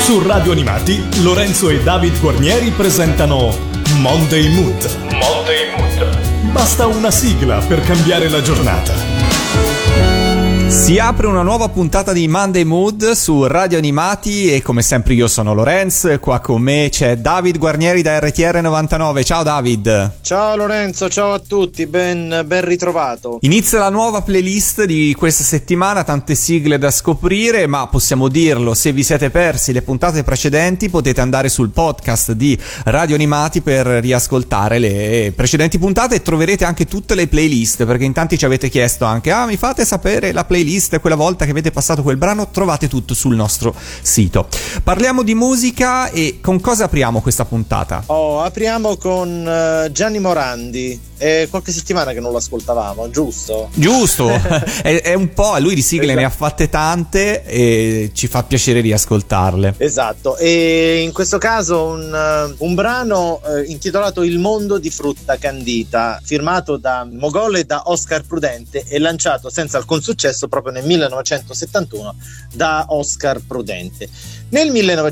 Su Radio Animati, Lorenzo e David Guarnieri presentano Monday Mood. Monday Mood. Basta una sigla per cambiare la giornata. Si apre una nuova puntata di Monday Mood su Radio Animati e come sempre io sono Lorenzo e qua con me c'è David Guarnieri da RTR 99. Ciao David. Ciao Lorenzo, ciao a tutti, ben ritrovato. Inizia la nuova playlist di questa settimana, tante sigle da scoprire, ma possiamo dirlo, se vi siete persi le puntate precedenti potete andare sul podcast di Radio Animati per riascoltare le precedenti puntate e troverete anche tutte le playlist, perché in tanti ci avete chiesto anche mi fate sapere la playlist quella volta che avete passato quel brano. Trovate tutto sul nostro sito. Parliamo di musica e con cosa apriamo questa puntata? Apriamo con Gianni Morandi. È qualche settimana che non lo ascoltavamo, giusto? Giusto, è un po', lui di sigle ne ha fatte tante e ci fa piacere riascoltarle. Esatto, e in questo caso un brano intitolato Il mondo di frutta candita, firmato da Mogol e da Oscar Prudente e lanciato senza alcun successo proprio nel 1971 da Oscar Prudente. Nel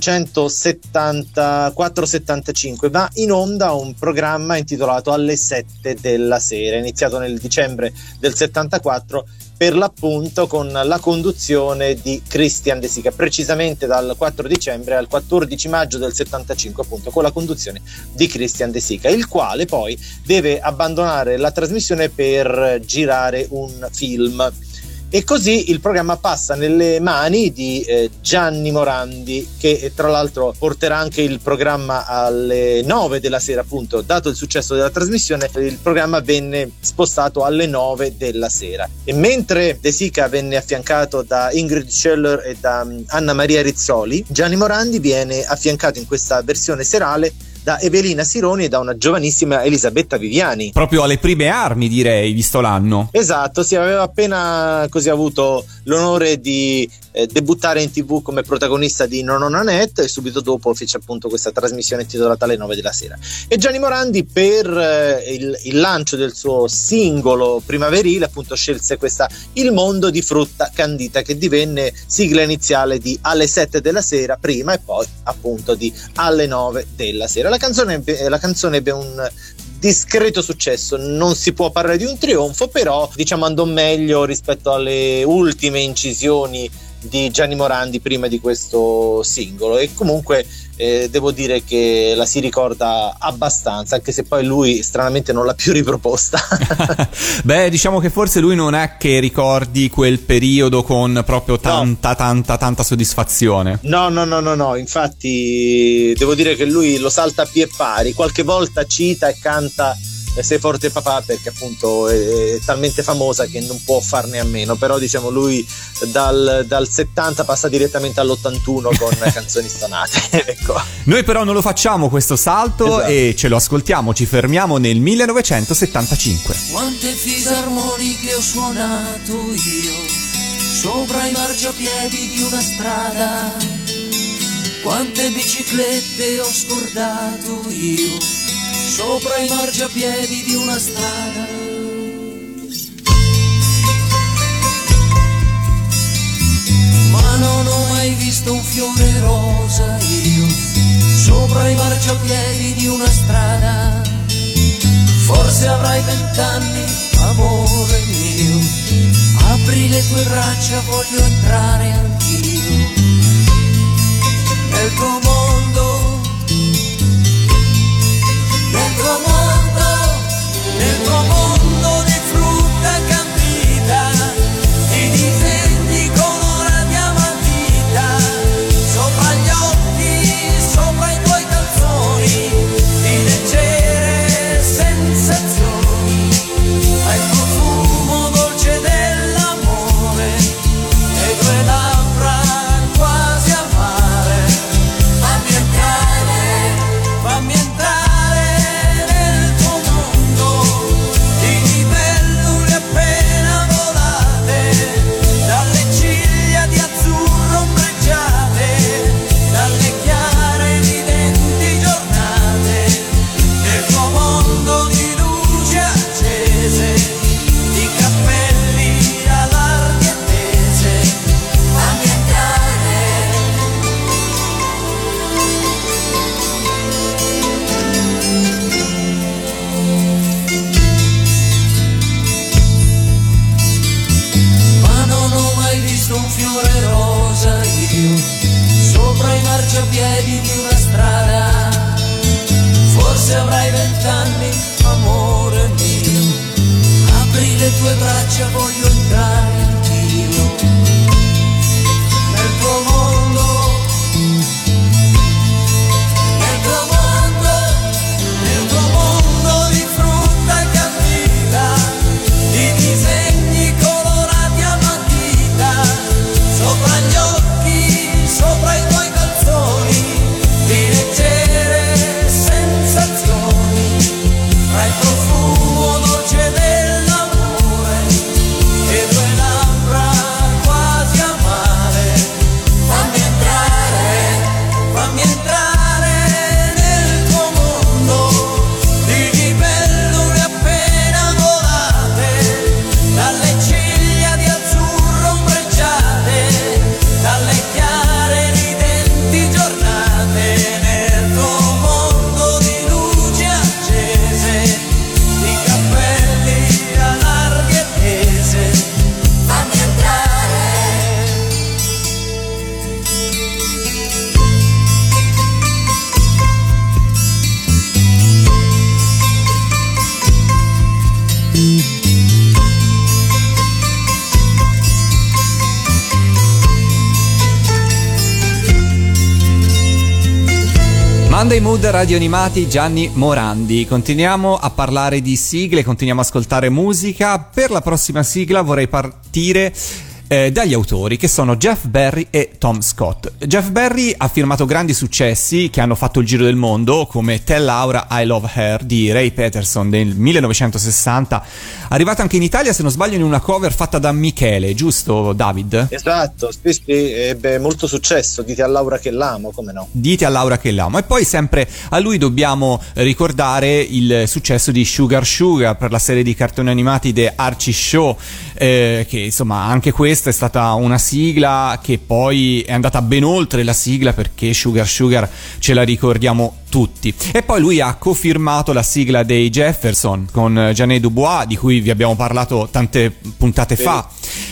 1974-75 va in onda un programma intitolato Alle 7 della sera, iniziato nel dicembre del 74, per l'appunto con la conduzione di Christian De Sica, precisamente dal 4 dicembre al 14 maggio del 75, appunto con la conduzione di Christian De Sica, il quale poi deve abbandonare la trasmissione per girare un film. E così il programma passa nelle mani di Gianni Morandi, che tra l'altro porterà anche il programma alle 9 della sera, appunto. Dato il successo della trasmissione, il programma venne spostato alle 9 della sera. E mentre De Sica venne affiancato da Ingrid Scheller e da Anna Maria Rizzoli, Gianni Morandi viene affiancato in questa versione serale da Evelina Sironi e da una giovanissima Elisabetta Viviani. Proprio alle prime armi, direi, visto l'anno. Esatto, sì, aveva appena così avuto l'onore di debuttare in TV come protagonista di Nonno Nanette e subito dopo fece appunto questa trasmissione intitolata Alle 9 della sera. E Gianni Morandi per il lancio del suo singolo primaverile appunto scelse questa Il mondo di frutta candita, che divenne sigla iniziale di Alle 7 della sera prima e poi appunto di Alle 9 della sera. La canzone ebbe un discreto successo, non si può parlare di un trionfo, però diciamo andò meglio rispetto alle ultime incisioni di Gianni Morandi prima di questo singolo, e comunque devo dire che la si ricorda abbastanza, anche se poi lui stranamente non l'ha più riproposta. Beh, diciamo che forse lui non è che ricordi quel periodo con proprio tanta soddisfazione. No, infatti devo dire che lui lo salta a pie pari, qualche volta cita e canta Sei forte papà, perché appunto è talmente famosa che non può farne a meno, però diciamo lui dal 70 passa direttamente all'81 con canzoni stonate. Ecco. Noi però non lo facciamo questo salto, esatto, e ce lo ascoltiamo, ci fermiamo nel 1975. Quante fisarmoniche ho suonato io sopra i marciapiedi di una strada, quante biciclette ho scordato io sopra i marciapiedi di una strada. Ma non ho mai visto un fiore rosa io sopra i marciapiedi di una strada. Forse avrai 20 anni, amore mio, apri le tue braccia, voglio entrare anch'io nel tuo mondo. Nel tuo mondo di frutta candita, di disegni colorati a matita, sopra gli occhi, sopra i tuoi calzoni, di leggere sensazioni, hai il profumo dolce dell'amore, le tue labbra io, sopra i marciapiedi di una strada. Forse avrai 20 anni, amore mio, apri le tue braccia, voglio entrare anch'io nel tuo mondo, nel tuo mondo, nel tuo mondo di frutta e candela, di disegni colorati a matita, sopra gli occhi, sopra i tuoi calzoni, di leggere sensazioni, tra il profumo dolce dell'amore e due labbra quasi amare. Fammi entrare nel tuo mondo di libellule appena volate, dalle ciglia di azzurro ombreggiate, dalle chiare ridenti giornate, nel tuo mondo di luci accese, di cappelli a larghe tese. Fammi entrare. Monday Mood, Radio Animati, Gianni Morandi. Continuiamo a parlare di sigle, continuiamo a ascoltare musica. Per la prossima sigla vorrei partire dagli autori, che sono Jeff Barry e Tom Scott. Jeff Barry ha firmato grandi successi che hanno fatto il giro del mondo, come Tell Laura I Love Her di Ray Peterson del 1960, arrivata anche in Italia, se non sbaglio, in una cover fatta da Michele, giusto David? Esatto, sì, ebbe molto successo. Dite a Laura che l'amo, come no? Dite a Laura che l'amo. E poi sempre a lui dobbiamo ricordare il successo di Sugar Sugar per la serie di cartoni animati The Archie Show, che insomma anche questa è stata una sigla che poi è andata ben oltre la sigla, perché Sugar Sugar ce la ricordiamo tutti. E poi lui ha cofirmato la sigla dei Jefferson con Janet Dubois, di cui vi abbiamo parlato tante puntate fa.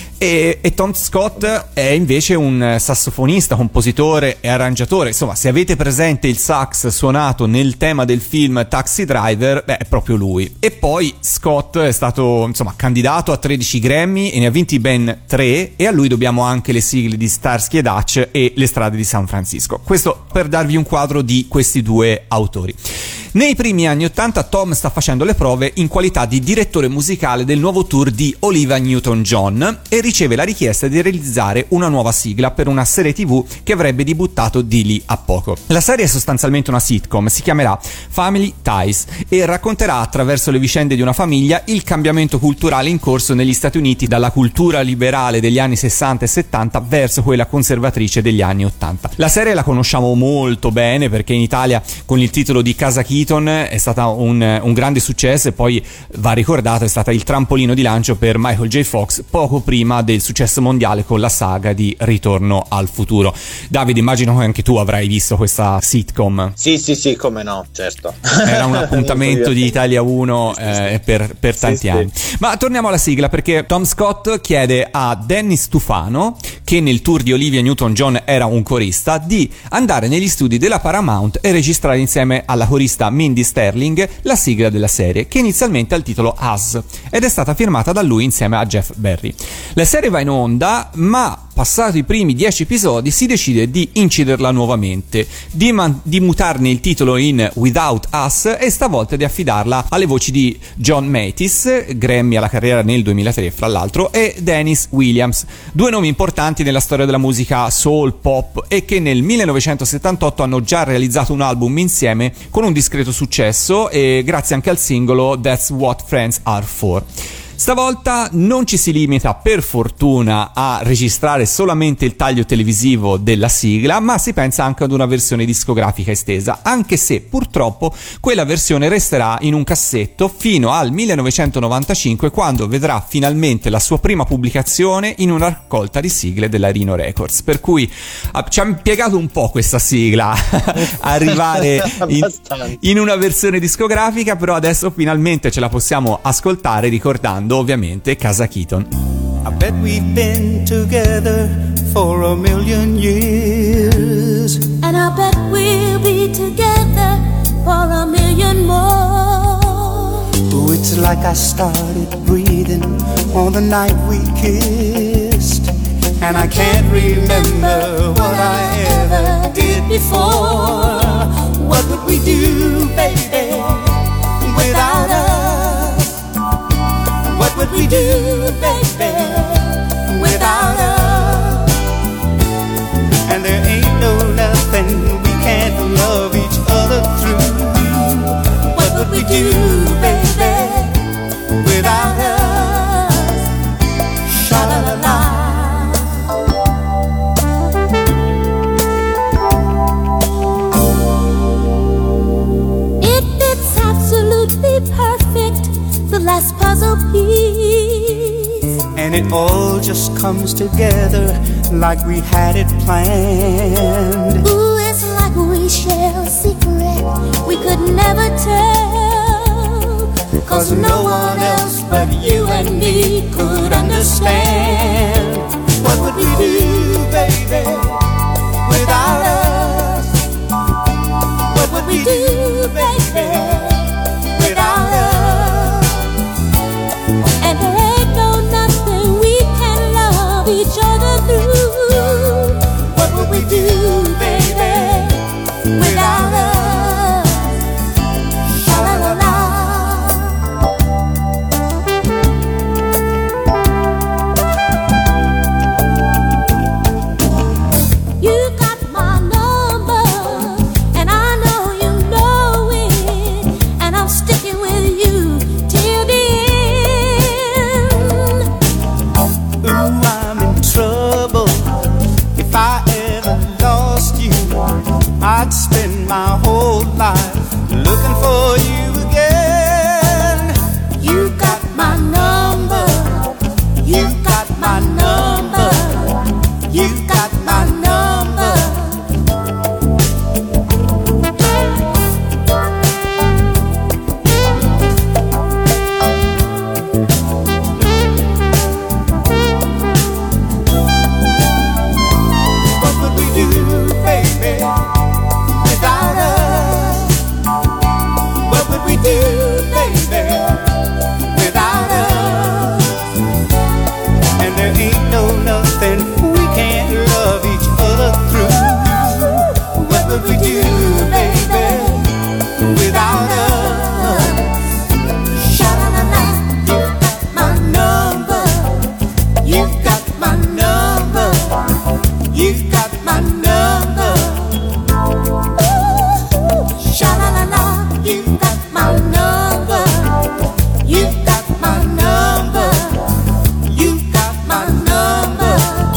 E Tom Scott è invece un sassofonista, compositore e arrangiatore. Insomma, se avete presente il sax suonato nel tema del film Taxi Driver, beh, è proprio lui. E poi Scott è stato, insomma, candidato a 13 Grammy e ne ha vinti ben 3, e a lui dobbiamo anche le sigle di Starsky & Hutch e Le strade di San Francisco. Questo per darvi un quadro di questi due autori. Nei primi anni 80 Tom sta facendo le prove in qualità di direttore musicale del nuovo tour di Olivia Newton-John e riceve la richiesta di realizzare una nuova sigla per una serie TV che avrebbe debuttato di lì a poco. La serie è sostanzialmente una sitcom, si chiamerà Family Ties e racconterà attraverso le vicende di una famiglia il cambiamento culturale in corso negli Stati Uniti dalla cultura liberale degli anni 60 e 70 verso quella conservatrice degli anni 80. La serie la conosciamo molto bene perché in Italia con il titolo di Casa Keaton è stata un grande successo, e poi va ricordato è stata il trampolino di lancio per Michael J. Fox poco prima del successo mondiale con la saga di Ritorno al futuro. Davide, immagino che anche tu avrai visto questa sitcom. Sì, come no, certo. Era un appuntamento di Italia 1 per tanti anni. Ma torniamo alla sigla, perché Tom Scott chiede a Danny Stufano, che nel tour di Olivia Newton-John era un corista, di andare negli studi della Paramount e registrare insieme alla corista Mindy Sterling la sigla della serie, che inizialmente ha il titolo Us, ed è stata firmata da lui insieme a Jeff Barry. La serie va in onda, ma passati i primi 10 episodi si decide di inciderla nuovamente, di mutarne il titolo in Without Us e stavolta di affidarla alle voci di John Mathis, Grammy alla carriera nel 2003 fra l'altro, e Dennis Williams, due nomi importanti nella storia della musica soul pop e che nel 1978 hanno già realizzato un album insieme con un discreto successo, e grazie anche al singolo That's What Friends Are For. Stavolta non ci si limita per fortuna a registrare solamente il taglio televisivo della sigla, ma si pensa anche ad una versione discografica estesa, anche se purtroppo quella versione resterà in un cassetto fino al 1995, quando vedrà finalmente la sua prima pubblicazione in una raccolta di sigle della Rhino Records. Per cui ci ha impiegato un po' questa sigla arrivare in una versione discografica, però adesso finalmente ce la possiamo ascoltare ricordando ovviamente Casa Keaton. I bet we've been together for a million years. And I bet we'll be together for a million more. Oh, it's like I started breathing on the night we kissed, and I can't remember what I ever did before. What would we do, baby, without us? What would we do, baby, without us? And there ain't no nothing we can't love each other through. What would we do, baby, without us? Sha-la-la-la. It fits absolutely perfect, the last puzzle piece. And it all just comes together like we had it planned. Ooh, it's like we share a secret we could never tell. 'Cause no one else but you and me could understand. What would we do, baby, without us? What would we do, baby, without us? And there ain't no nothing we can love each other through. What would we do, baby, without us? Sha-la-la-la. You got my number, and I know you know it, and I'm sticking with you till the end. Ooh, I'm in trouble. If I ever lost you, I'd spend my whole life looking for you again. You got my number. You got my number. You got my number. What would we do, baby, without us? What would we do, baby, without us? And there ain't no nothing we can't love each other through. What would we do, baby, without us? Sha-la-la-la. You got my number. You got my number. You got my number. Ooh, sha-la-la-la. You got my number. You got my number. You got my number.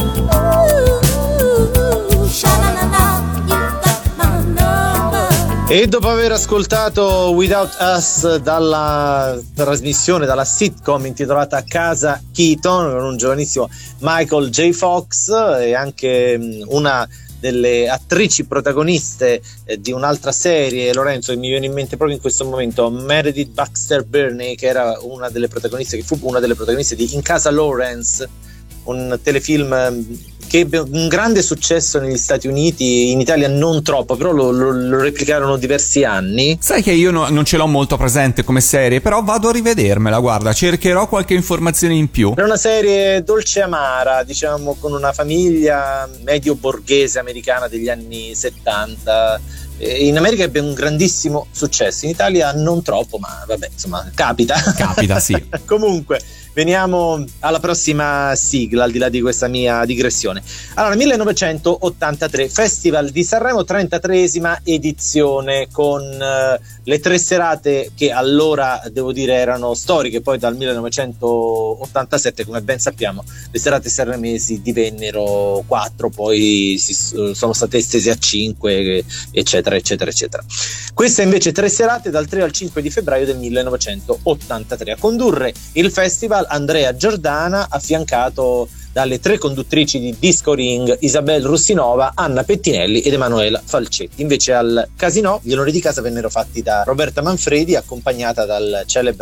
Ooh, sha-la-la-la. You got my number. E dopo aver ascoltato Without Us dalla trasmissione, dalla sitcom intitolata Casa Keaton, con un giovanissimo Michael J. Fox e anche una delle attrici protagoniste di un'altra serie, Lorenzo, che mi viene in mente proprio in questo momento, Meredith Baxter Birney, che era una delle protagoniste, che fu una delle protagoniste di In Casa Lawrence, un telefilm che ebbe un grande successo negli Stati Uniti, in Italia non troppo, però lo replicarono diversi anni. Sai che io non ce l'ho molto presente come serie, però vado a rivedermela, guarda, cercherò qualche informazione in più. È una serie dolce amara, diciamo, con una famiglia medio borghese americana degli anni 70. In America ebbe un grandissimo successo, in Italia non troppo, ma vabbè, insomma, capita. Capita, sì. Comunque, veniamo alla prossima sigla, al di là di questa mia digressione. Allora, 1983, Festival di Sanremo, 33esima edizione, con le 3 serate che allora, devo dire, erano storiche. Poi dal 1987, come ben sappiamo, le serate sanremesi divennero 4, poi sono state estese a 5, eccetera eccetera eccetera. Queste invece 3 serate dal 3 al 5 di febbraio del 1983. A condurre il festival Andrea Giordana, affiancato dalle 3 conduttrici di Disco Ring, Isabel Russinova, Anna Pettinelli ed Emanuela Falcetti. Invece al Casinò gli onori di casa vennero fatti da Roberta Manfredi, accompagnata dal celebre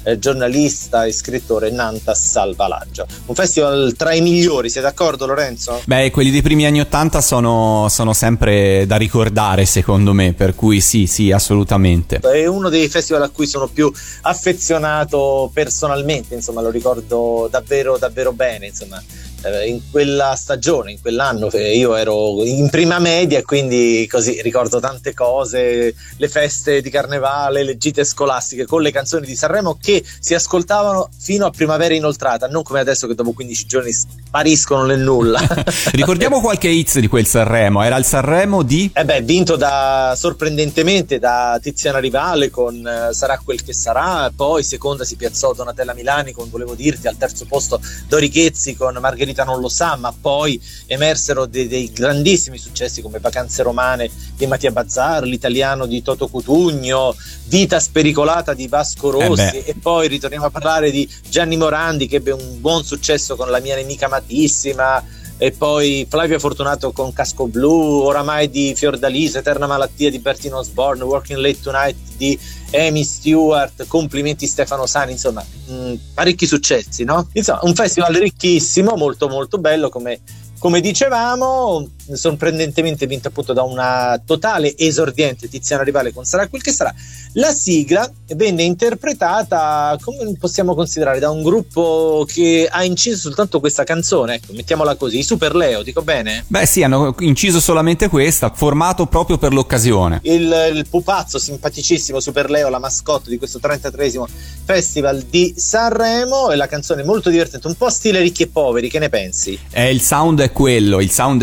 giornalista e scrittore Nantas Salvalaggio. Un festival tra i migliori, sei d'accordo Lorenzo? Beh, quelli dei primi anni '80 sono sempre da ricordare secondo me, per cui sì, assolutamente. È uno dei festival a cui sono più affezionato personalmente, insomma lo ricordo davvero bene, insomma. In quella stagione, in quell'anno io ero in prima media e quindi così ricordo tante cose, le feste di carnevale, le gite scolastiche con le canzoni di Sanremo che si ascoltavano fino a primavera inoltrata, non come adesso che dopo 15 giorni spariscono nel nulla. Ricordiamo qualche hits di quel Sanremo. Era il Sanremo di? Vinto sorprendentemente da Tiziana Rivale con Sarà quel che sarà, poi seconda si piazzò Donatella Milani con Volevo dirti, al terzo posto Dori Ghezzi con Margherita non lo sa, ma poi emersero dei grandissimi successi come Vacanze romane di Mattia Bazzar, L'italiano di Toto Cutugno, Vita spericolata di Vasco Rossi, e poi ritorniamo a parlare di Gianni Morandi che ebbe un buon successo con La mia nemica amatissima, e poi Flavio Fortunato con Casco Blu, Oramai di Fiordaliso, Eterna malattia di Bertino Osborne, Working Late Tonight di Amy Stewart, Complimenti Stefano Sani, insomma parecchi successi, no? Insomma un festival ricchissimo, molto molto bello, come dicevamo, sorprendentemente vinto appunto da una totale esordiente Tiziana Rivale con Sarà quel che sarà. La sigla venne interpretata, come possiamo considerare, da un gruppo che ha inciso soltanto questa canzone, ecco, mettiamola così, i Super Leo, dico bene? Beh sì, hanno inciso solamente questa, formato proprio per l'occasione. Il pupazzo simpaticissimo Super Leo, la mascotte di questo 33esimo Festival di Sanremo, e la canzone molto divertente, un po' stile Ricchi e Poveri, che ne pensi? Il sound è quello,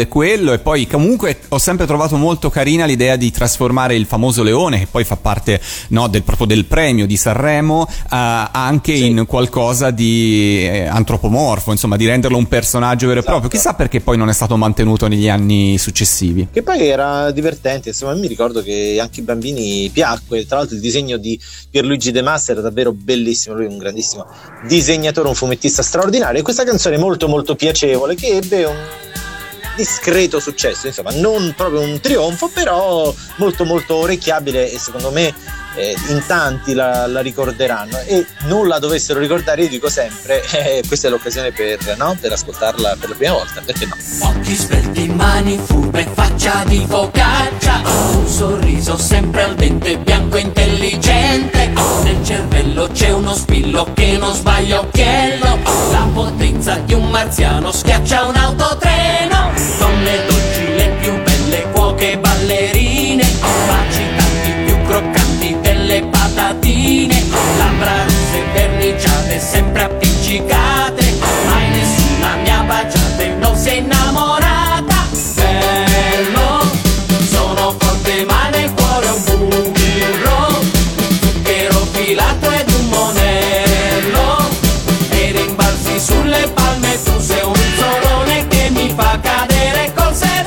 e poi comunque ho sempre trovato molto carina l'idea di trasformare il famoso leone, che poi fa parte proprio del premio di Sanremo, anche in qualcosa di antropomorfo, insomma di renderlo un personaggio vero e proprio. Chissà perché poi non è stato mantenuto negli anni successivi. Che poi era divertente, insomma mi ricordo che anche i bambini piacque, tra l'altro il disegno di Pierluigi De Massa era davvero bellissimo, lui è un grandissimo disegnatore, un fumettista straordinario, e questa canzone molto molto piacevole che ebbe un discreto successo, insomma non proprio un trionfo, però molto molto orecchiabile, e secondo me in tanti la ricorderanno, e non la dovessero ricordare, io dico sempre questa è l'occasione per ascoltarla per la prima volta, perché no? Occhi svelti, mani furbe, faccia di focaccia, un sorriso sempre al dente, bianco e intelligente, nel cervello c'è uno spillo che non sbaglia occhiello, la potenza di un marziano schiaccia un autotreno, donne dolci, le più belle cuoche ballerine, baci tanti più croccanti delle patatine, labbra rosse verniciate sempre appiccicate, mai nessuna mi ha baciato e non si è innamorata. Bello, sono forte ma nel cuore un burro, zucchero filato ed un monello, e rimbalzi sulle palme, tu sei un solone che mi fa cadere col sedere.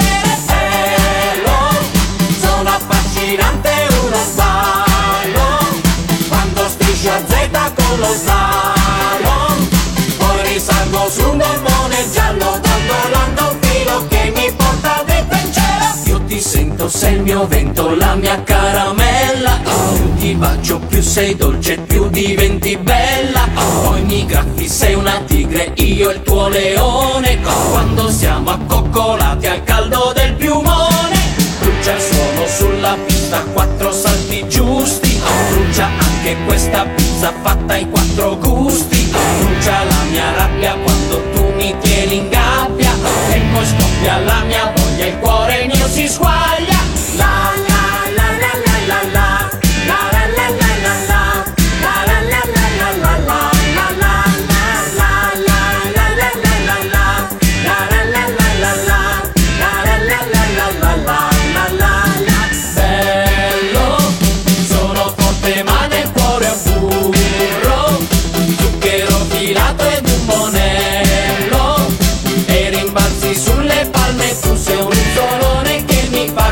Bello, sono affascinante, uno sballo, quando striscio a Z con lo slalom, poi risalgo su un gommone giallo, dondolando un filo che mi porta dentro in cielo. Io ti sento, sei il mio vento, la mia caramella, più ti bacio più sei dolce, più diventi bella, poi mi graffi, sei una tigre, io il tuo leone, quando siamo accoccolati al caldo del piumone, brucia il suono sulla pista, 4 salti giusti, brucia anche questa pizza fatta ai 4 gusti, brucia la mia rabbia quando tu mi tieni in gabbia, e poi scoppia la mia voglia, il cuore mio si squaglia. La la la la la la la, la la la la la la, la la la la la la la, la la la la la la la la la, la la la la la la, la la la la la la la la. Bello, sono forte ma nel cuore un burro, zucchero filato ed un monello, e rimbalzi sulle palme, tu sei un solone che mi fa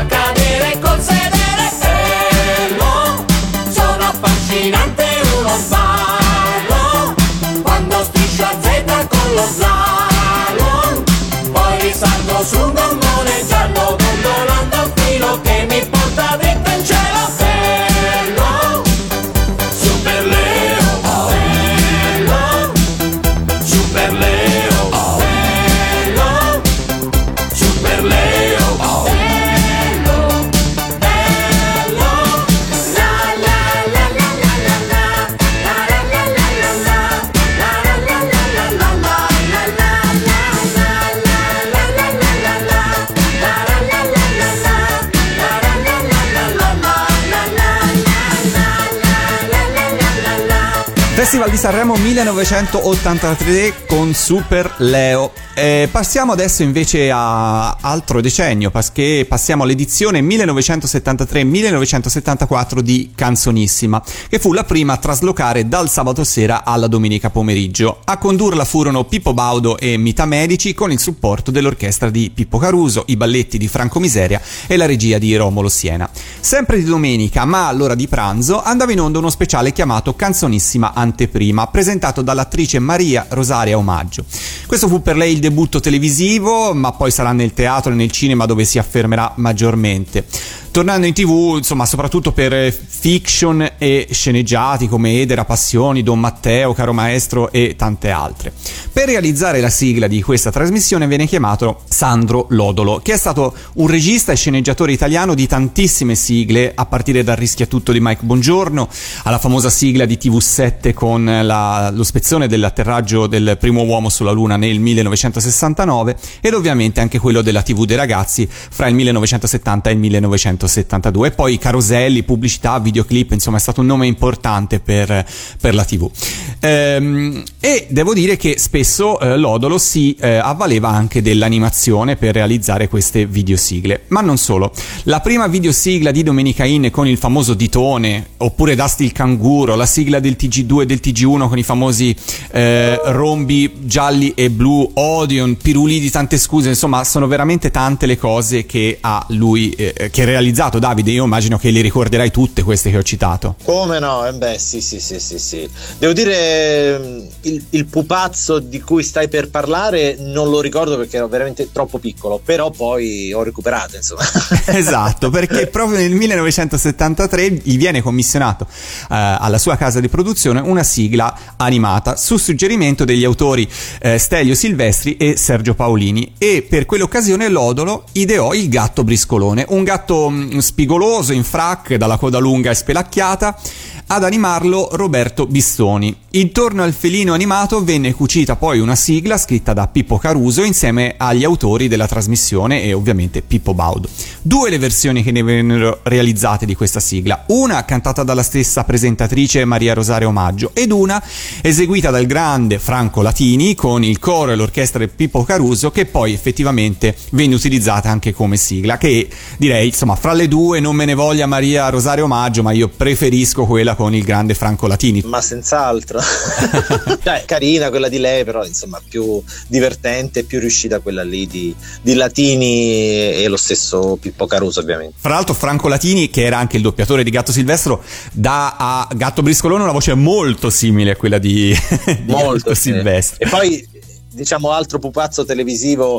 Festival di Sanremo 1983 con Super Leo. Passiamo adesso invece a altro decennio, perché passiamo all'edizione 1973-1974 di Canzonissima, che fu la prima a traslocare dal sabato sera alla domenica pomeriggio. A condurla furono Pippo Baudo e Mita Medici, con il supporto dell'orchestra di Pippo Caruso, i balletti di Franco Miseria e la regia di Romolo Siena. Sempre di domenica, ma all'ora di pranzo, andava in onda uno speciale chiamato Canzonissima Anteprima, presentato dall'attrice Maria Rosaria Omaggio. Questo fu per lei il debutto televisivo, ma poi sarà nel teatro e nel cinema dove si affermerà maggiormente, tornando in TV insomma soprattutto per fiction e sceneggiati come Edera, Passioni, Don Matteo, Caro Maestro e tante altre. Per realizzare la sigla di questa trasmissione viene chiamato Sandro Lodolo, che è stato un regista e sceneggiatore italiano di tantissime sigle, a partire dal Rischiatutto di Mike Bongiorno alla famosa sigla di TV7 con lo spezzone dell'atterraggio del primo uomo sulla Luna nel 1969, ed ovviamente anche quello della TV dei ragazzi fra il 1970 e il 1972, e poi caroselli, pubblicità, videoclip, insomma è stato un nome importante per la TV. E devo dire che spesso Lodolo si avvaleva anche dell'animazione per realizzare queste videosigle, ma non solo. La prima videosigla di Domenica In con il famoso ditone, oppure Dusty il canguro, la sigla del TG2 e del TG1 con i famosi rombi gialli e blu, Odeon, Pirulì di tante scuse, insomma sono veramente tante le cose che ha lui che ha realizzato. Davide, io immagino che le ricorderai tutte queste che ho citato. Come no? Beh sì. Devo dire, il pupazzo di cui stai per parlare non lo ricordo perché ero veramente troppo piccolo, però poi ho recuperato, insomma. Esatto, perché proprio nel 1973 gli viene commissionato alla sua casa di produzione una sigla animata su suggerimento degli autori Stelio Silvestri e Sergio Paolini, e per quell'occasione Lodolo ideò il gatto briscolone, un gatto spigoloso in frac, dalla coda lunga e spelacchiata. Ad animarlo Roberto Bistoni. Intorno al felino animato venne cucita poi una sigla scritta da Pippo Caruso insieme agli autori della trasmissione e ovviamente Pippo Baudo. Due le versioni che ne vennero realizzate di questa sigla, una cantata dalla stessa presentatrice Maria Rosaria Omaggio ed una eseguita dal grande Franco Latini con il coro e l'orchestra di Pippo Caruso, che poi effettivamente venne utilizzata anche come sigla, che direi insomma fra le due non me ne voglia Maria Rosaria Omaggio, ma io preferisco quella con il grande Franco Latini. Ma senz'altro. Carina quella di lei, però insomma più divertente, più riuscita quella lì di Latini e lo stesso Pippo Caruso, ovviamente. Fra l'altro Franco Latini, che era anche il doppiatore di Gatto Silvestro, dà a Gatto Briscolone una voce molto simile a quella di Gatto Silvestro. E poi diciamo altro pupazzo televisivo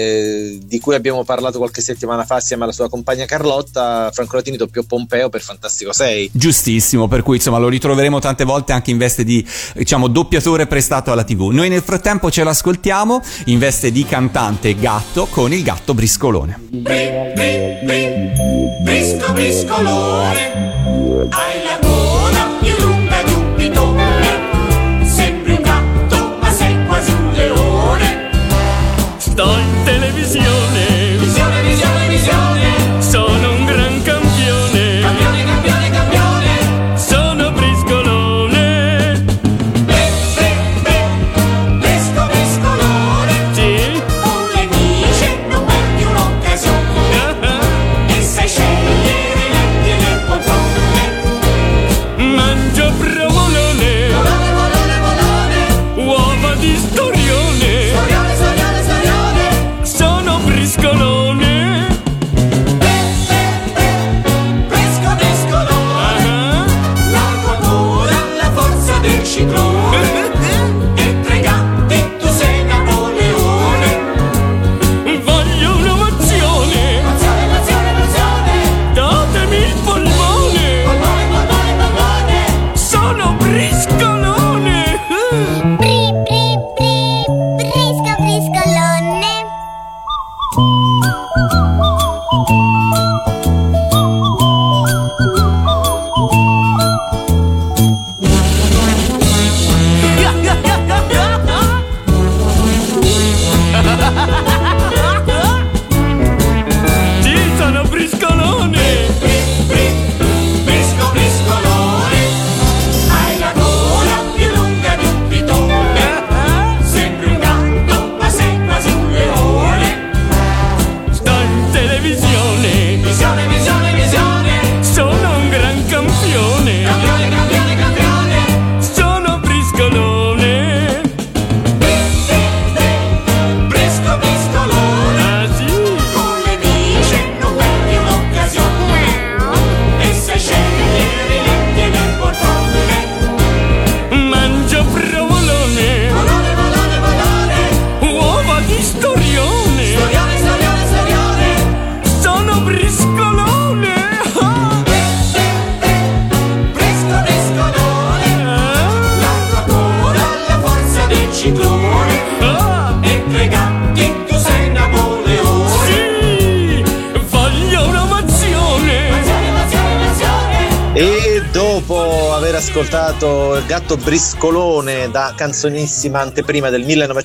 di cui abbiamo parlato qualche settimana fa assieme alla sua compagna Carlotta, Franco Latini doppiò Pompeo per Fantastico 6. Giustissimo, per cui insomma lo ritroveremo tante volte anche in veste di doppiatore prestato alla TV. Noi nel frattempo ce l'ascoltiamo in veste di cantante gatto con il gatto briscolone. Brisco briscolone, hai la gola più lunga di un pitone, sembri un gatto ma sei quasi un leone. Sto in televisione, visione, sono un gran campione, sono briscolone. Brisco briscolone, Sì, con le amiche non perdi un'occasione, e sai scegliere le poltrone. briscolone. Brisco, briscolone, la tua coda alla forza del ciclone, e tre gatti tu sei Napoleone. Sì, voglio una mozione. E dopo aver ascoltato Il gatto briscolone da canzonissima anteprima del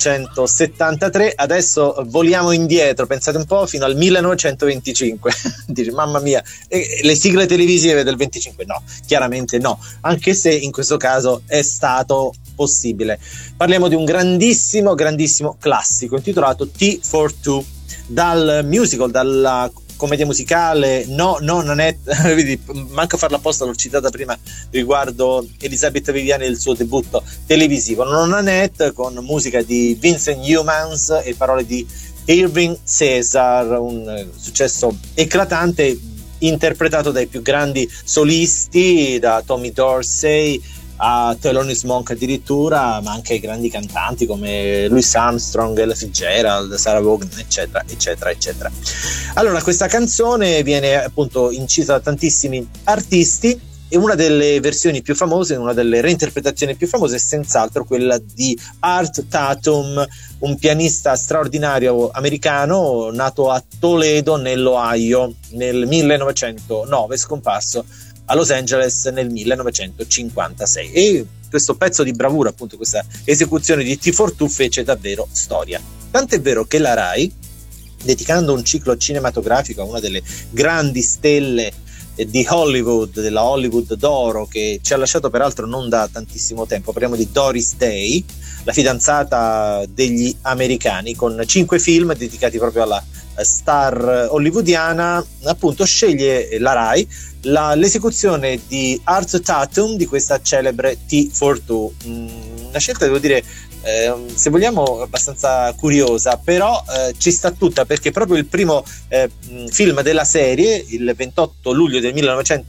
1973, adesso voliamo indietro, pensate un po', fino al 1925. Dici, mamma mia, le sigle televisive del 25? No, chiaramente no, anche se in questo caso è stato possibile. Parliamo di un grandissimo, grandissimo classico intitolato Tea for Two, dal musical, dalla commedia musicale Nanette. Vedi, manco farla apposta, l'ho citata prima riguardo Elisabetta Viviani e il suo debutto televisivo. Nanette, con musica di Vincent Youmans e parole di Irving Caesar, un successo eclatante interpretato dai più grandi solisti, da Tommy Dorsey a Thelonious Monk addirittura, ma anche ai grandi cantanti come Louis Armstrong, Ella Fitzgerald, Sarah Vaughan, eccetera eccetera eccetera. Allora, questa canzone viene appunto incisa da tantissimi artisti e una delle versioni più famose, una delle reinterpretazioni più famose è senz'altro quella di Art Tatum, un pianista straordinario americano nato a Toledo nell'Ohio nel 1909, scomparso a Los Angeles nel 1956, e questo pezzo di bravura, appunto questa esecuzione di Tea for Two, fece davvero storia. Tant'è vero che la Rai, dedicando un ciclo cinematografico a una delle grandi stelle di Hollywood, della Hollywood d'oro, che ci ha lasciato peraltro non da tantissimo tempo, parliamo di Doris Day, la fidanzata degli americani, con 5 film dedicati proprio alla star hollywoodiana, appunto sceglie la Rai l'esecuzione di Art Tatum di questa celebre Tea for Two. Una scelta, devo dire, se vogliamo abbastanza curiosa, però ci sta tutta, perché proprio il primo film della serie, il 28 luglio del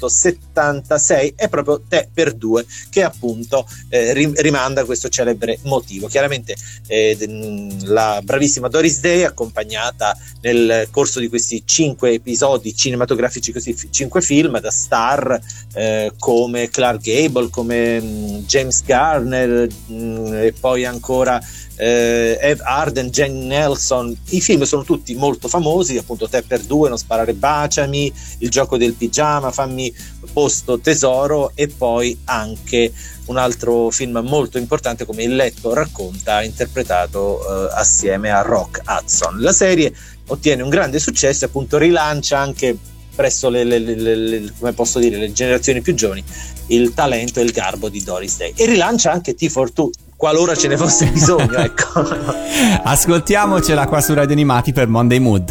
1976, è proprio Tea per Due, che appunto rimanda a questo celebre motivo. Chiaramente la bravissima Doris Day, accompagnata nel corso di questi 5 episodi cinematografici, così 5 film, da star come Clark Gable, come James Garner, e poi ancora Eve Arden, Jane Nelson. I film sono tutti molto famosi, appunto Tea per Due, Non sparare baciami, Il gioco del pigiama, Fammi posto tesoro, e poi anche un altro film molto importante come Il letto racconta, interpretato assieme a Rock Hudson. La serie ottiene un grande successo, appunto rilancia anche presso come posso dire, le generazioni più giovani il talento e il garbo di Doris Day, e rilancia anche Tea for Two qualora ce ne fosse bisogno, ecco. Ascoltiamocela qua su Radio Animati per Monday Mood.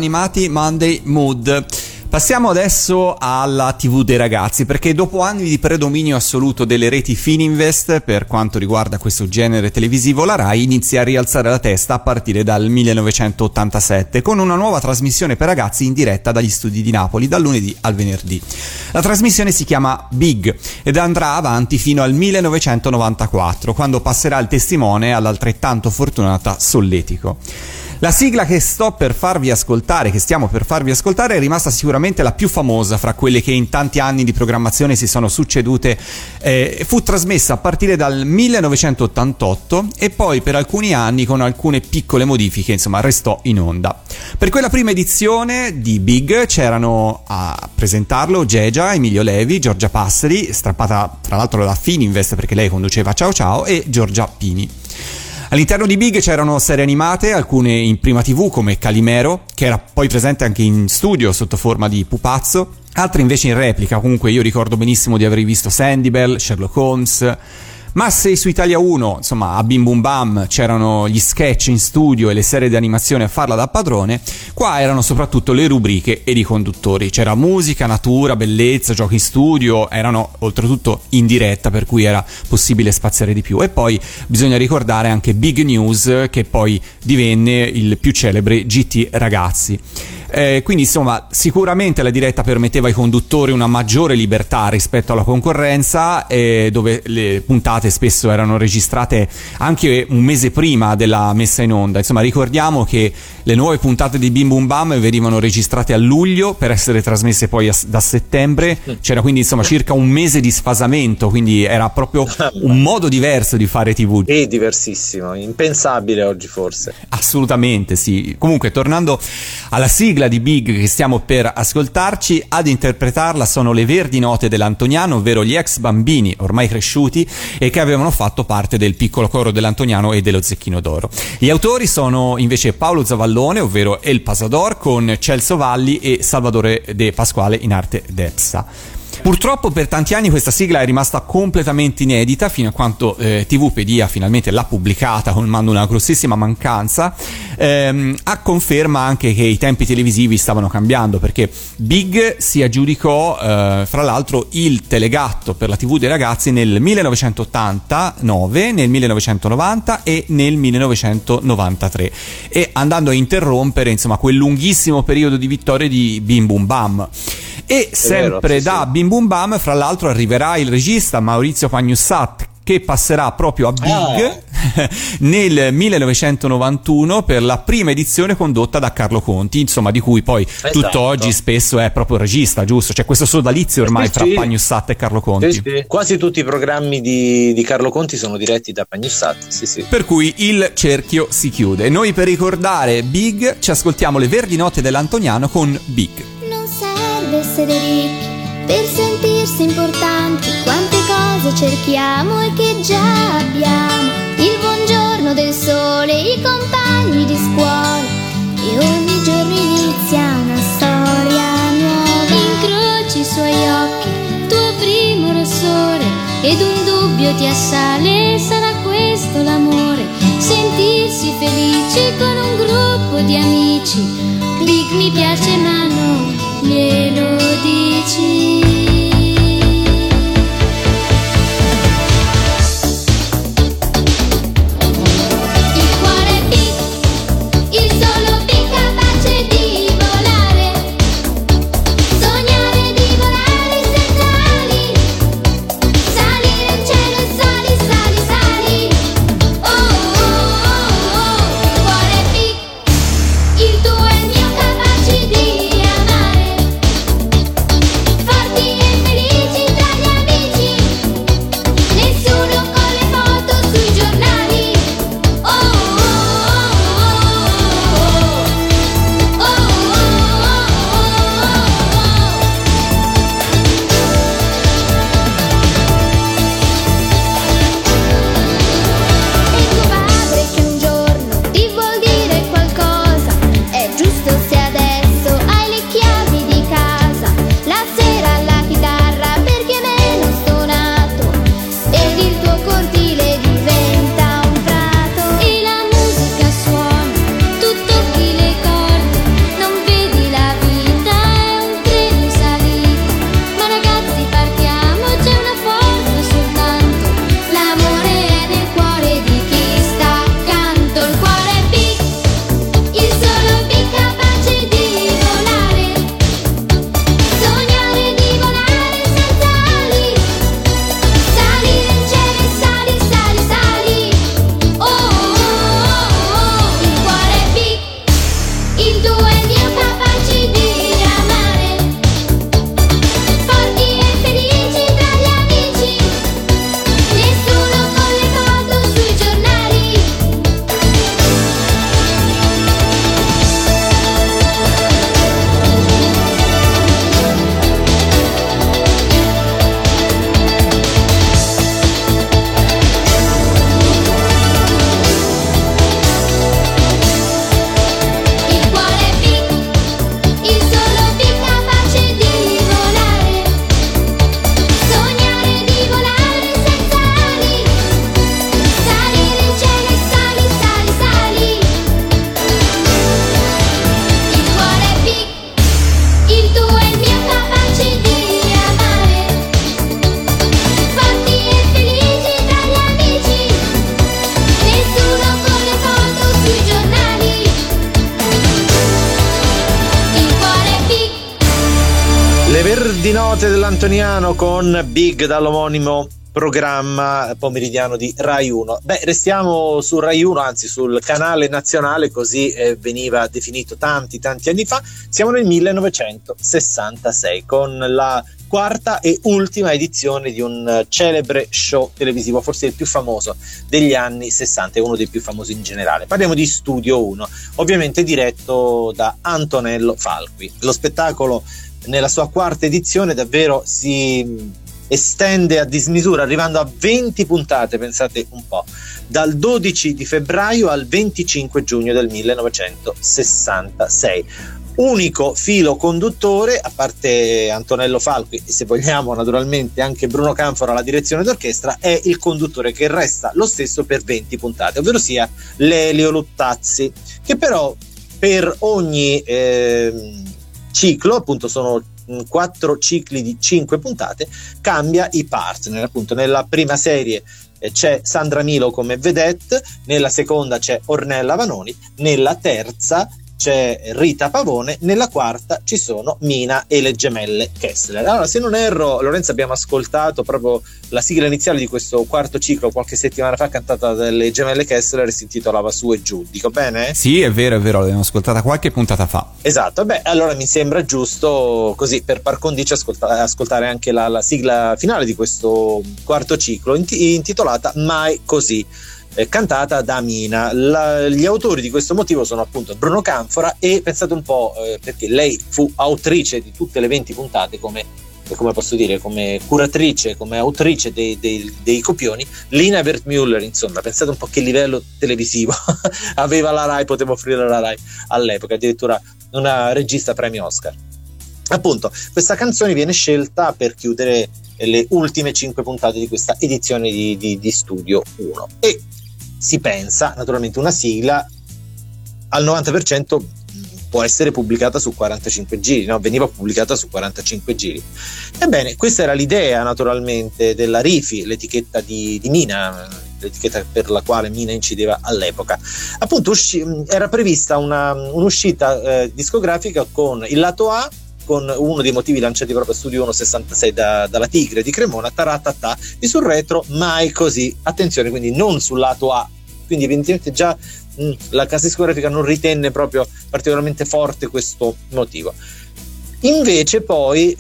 Animati Monday Mood. Passiamo adesso alla TV dei ragazzi, perché dopo anni di predominio assoluto delle reti Fininvest per quanto riguarda questo genere televisivo, la Rai inizia a rialzare la testa a partire dal 1987 con una nuova trasmissione per ragazzi in diretta dagli studi di Napoli dal lunedì al venerdì. La trasmissione si chiama Big ed andrà avanti fino al 1994, quando passerà il testimone all'altrettanto fortunata Solletico. La sigla che stiamo per farvi ascoltare, è rimasta sicuramente la più famosa fra quelle che in tanti anni di programmazione si sono succedute. Fu trasmessa a partire dal 1988 e poi per alcuni anni con alcune piccole modifiche, insomma, restò in onda. Per quella prima edizione di Big c'erano a presentarlo Gegia, Emilio Levi, Giorgia Passeri, strappata tra l'altro da Fininvest perché lei conduceva Ciao Ciao, e Giorgia Pini. All'interno di Big c'erano serie animate, alcune in prima TV come Calimero, che era poi presente anche in studio sotto forma di pupazzo, altre invece in replica. Comunque io ricordo benissimo di aver visto Sandy Bell, Sherlock Holmes. Ma se su Italia 1, insomma, a Bim Bum Bam c'erano gli sketch in studio e le serie di animazione a farla da padrone, qua erano soprattutto le rubriche ed i conduttori. C'era musica, natura, bellezza, giochi in studio, erano oltretutto in diretta, per cui era possibile spaziare di più. E poi bisogna ricordare anche Big News, che poi divenne il più celebre GT Ragazzi. Quindi insomma sicuramente la diretta permetteva ai conduttori una maggiore libertà rispetto alla concorrenza, dove le puntate spesso erano registrate anche un mese prima della messa in onda. Insomma, ricordiamo che le nuove puntate di Bim Bum Bam venivano registrate a luglio per essere trasmesse poi da settembre. C'era quindi insomma circa un mese di sfasamento, quindi era proprio un modo diverso di fare TV. È diversissimo, impensabile oggi forse. Assolutamente sì. Comunque, tornando alla sigla di Big che stiamo per ascoltarci, ad interpretarla sono le Verdi Note dell'Antoniano, ovvero gli ex bambini ormai cresciuti e che avevano fatto parte del piccolo coro dell'Antoniano e dello Zecchino d'Oro. Gli autori sono invece Paolo Zavallone, ovvero El Pasador, con Celso Valli e Salvatore De Pasquale in arte Depsa. Purtroppo per tanti anni questa sigla è rimasta completamente inedita, fino a quando TVpedia finalmente l'ha pubblicata, colmando una grossissima mancanza, a conferma anche che i tempi televisivi stavano cambiando, perché Big si aggiudicò fra l'altro il telegatto per la TV dei ragazzi nel 1989, nel 1990 e nel 1993, e andando a interrompere insomma quel lunghissimo periodo di vittorie di Bim Bum Bam. E sempre da Bim Bum Bam, fra l'altro, arriverà il regista Maurizio Pagnussat, che passerà proprio a Big nel 1991 per la prima edizione condotta da Carlo Conti, insomma, di cui poi tutt'oggi spesso è proprio regista, giusto? C'è questo sodalizio ormai fra Pagnussat e Carlo Conti. Sì. Quasi tutti i programmi di Carlo Conti sono diretti da Pagnussat, sì. Per cui il cerchio si chiude. Noi, per ricordare Big, ci ascoltiamo le Verdi Note dell'Antoniano con Big. Essere ricchi per sentirsi importanti, quante cose cerchiamo e che già abbiamo, il buongiorno del sole, i compagni di scuola, e ogni giorno inizia una storia nuova. Incroci i suoi occhi, tuo primo rossore, ed un dubbio ti assale, sarà questo l'amore, sentirsi felici con un gruppo di amici. Big mi piace ma non glielo dici. Il cuore è Big, il solo Big capace di volare, sognare di volare senza ali, salire in cielo e sali, sali, sali. Oh, oh, oh, oh. Il cuore è Big, il tuo è il mio, capaci di amare. Le verdi note dell'Antoniano con Big dall'omonimo programma pomeridiano di Rai 1. Beh, restiamo su Rai 1, anzi sul canale nazionale, così veniva definito tanti anni fa. Siamo nel 1966 con la quarta e ultima edizione di un celebre show televisivo, forse il più famoso degli anni 60 e uno dei più famosi in generale. Parliamo di Studio 1, ovviamente diretto da Antonello Falqui. Lo spettacolo nella sua quarta edizione davvero si estende a dismisura, arrivando a 20 puntate, pensate un po', dal 12 di febbraio al 25 giugno del 1966. Unico filo conduttore, a parte Antonello Falqui e, se vogliamo, naturalmente anche Bruno Canfora alla direzione d'orchestra, è il conduttore che resta lo stesso per 20 puntate, ovvero sia Lelio Luttazzi, che però per ogni ciclo, appunto sono 4 cicli di 5 puntate, cambia i partner. Appunto nella prima serie c'è Sandra Milo come vedette, nella seconda c'è Ornella Vanoni, nella terza c'è Rita Pavone, nella quarta ci sono Mina e le gemelle Kessler. Allora, se non erro, Lorenzo, abbiamo ascoltato proprio la sigla iniziale di questo quarto ciclo qualche settimana fa, cantata dalle gemelle Kessler, e si intitolava Su e Giù. Dico bene? Sì, è vero, l'abbiamo ascoltata qualche puntata fa. Esatto, beh, allora mi sembra giusto, così per par condicio, ascoltare anche la sigla finale di questo quarto ciclo, intitolata Mai Così, cantata da Mina. Gli autori di questo motivo sono appunto Bruno Canfora e, pensate un po', perché lei fu autrice di tutte le 20 puntate, come posso dire, come curatrice, come autrice dei copioni, Lina Wertmüller. Insomma, pensate un po' che livello televisivo aveva la Rai, poteva offrire la Rai all'epoca, addirittura una regista premio Oscar. Appunto, questa canzone viene scelta per chiudere le ultime 5 puntate di questa edizione di Studio 1, e si pensa naturalmente una sigla al 90% può essere pubblicata su 45 giri, no? Veniva pubblicata su 45 giri. Ebbene, questa era l'idea naturalmente della Rifi, l'etichetta di Mina, l'etichetta per la quale Mina incideva all'epoca. Appunto era prevista un'uscita discografica con il lato A, con uno dei motivi lanciati proprio a Studio 1 66 dalla Tigre di Cremona, Taratata, e sul retro Mai Così. Attenzione, quindi non sul lato A, quindi evidentemente già la casa discografica non ritenne proprio particolarmente forte questo motivo. Invece poi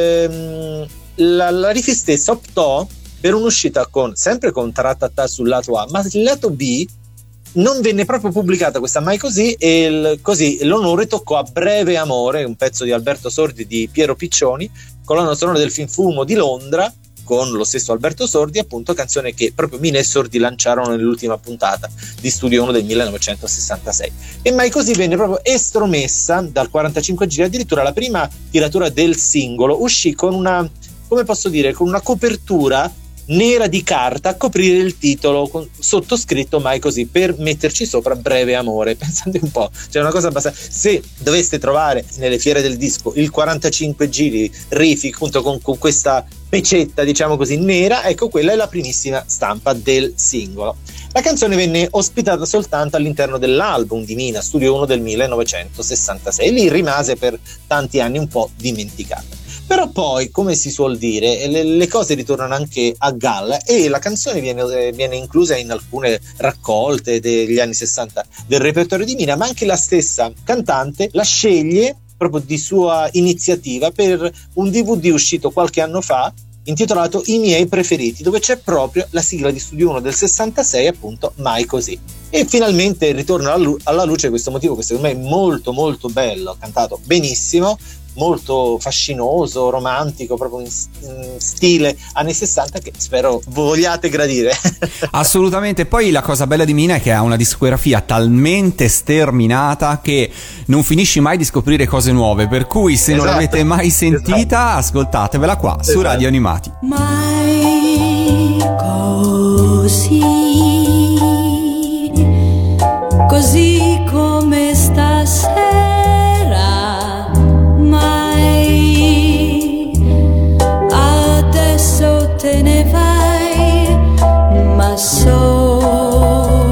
la Rifi stessa optò per un'uscita sempre con Taratata sul lato A, ma il lato B non venne proprio pubblicata questa Mai Così, e così l'onore toccò a Breve Amore, un pezzo di Alberto Sordi di Piero Piccioni, colonna sonora del film Fumo di Londra, con lo stesso Alberto Sordi, appunto, canzone che proprio Mina e Sordi lanciarono nell'ultima puntata di Studio 1 del 1966. E Mai Così venne proprio estromessa dal 45 giri, addirittura la prima tiratura del singolo uscì con una, come posso dire, con una copertura nera di carta a coprire il titolo, sottoscritto Mai Così, per metterci sopra Breve Amore. Pensate un po', cioè una cosa abbastanza, se doveste trovare nelle fiere del disco il 45 giri Rifi appunto con questa pecetta, diciamo così, nera, ecco, quella è la primissima stampa del singolo. La canzone venne ospitata soltanto all'interno dell'album di Mina, Studio 1 del 1966, lì rimase per tanti anni un po' dimenticata. Però poi, come si suol dire, le cose ritornano anche a galla, e la canzone viene inclusa in alcune raccolte degli anni 60 del repertorio di Mina, ma anche la stessa cantante la sceglie proprio di sua iniziativa per un DVD uscito qualche anno fa intitolato I miei preferiti, dove c'è proprio la sigla di Studio 1 del 66, appunto Mai Così. E finalmente ritorna alla luce questo motivo che secondo me è molto molto bello, cantato benissimo, molto fascinoso, romantico, proprio in stile anni 60, che spero vogliate gradire. Assolutamente. Poi la cosa bella di Mina è che ha una discografia talmente sterminata che non finisci mai di scoprire cose nuove, per cui se non l'avete mai sentita, ascoltatevela qua su Radio Animati. Mai così, così come stasera, mai adesso te ne vai, ma so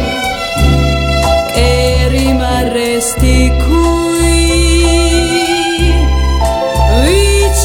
che rimarresti qui vicino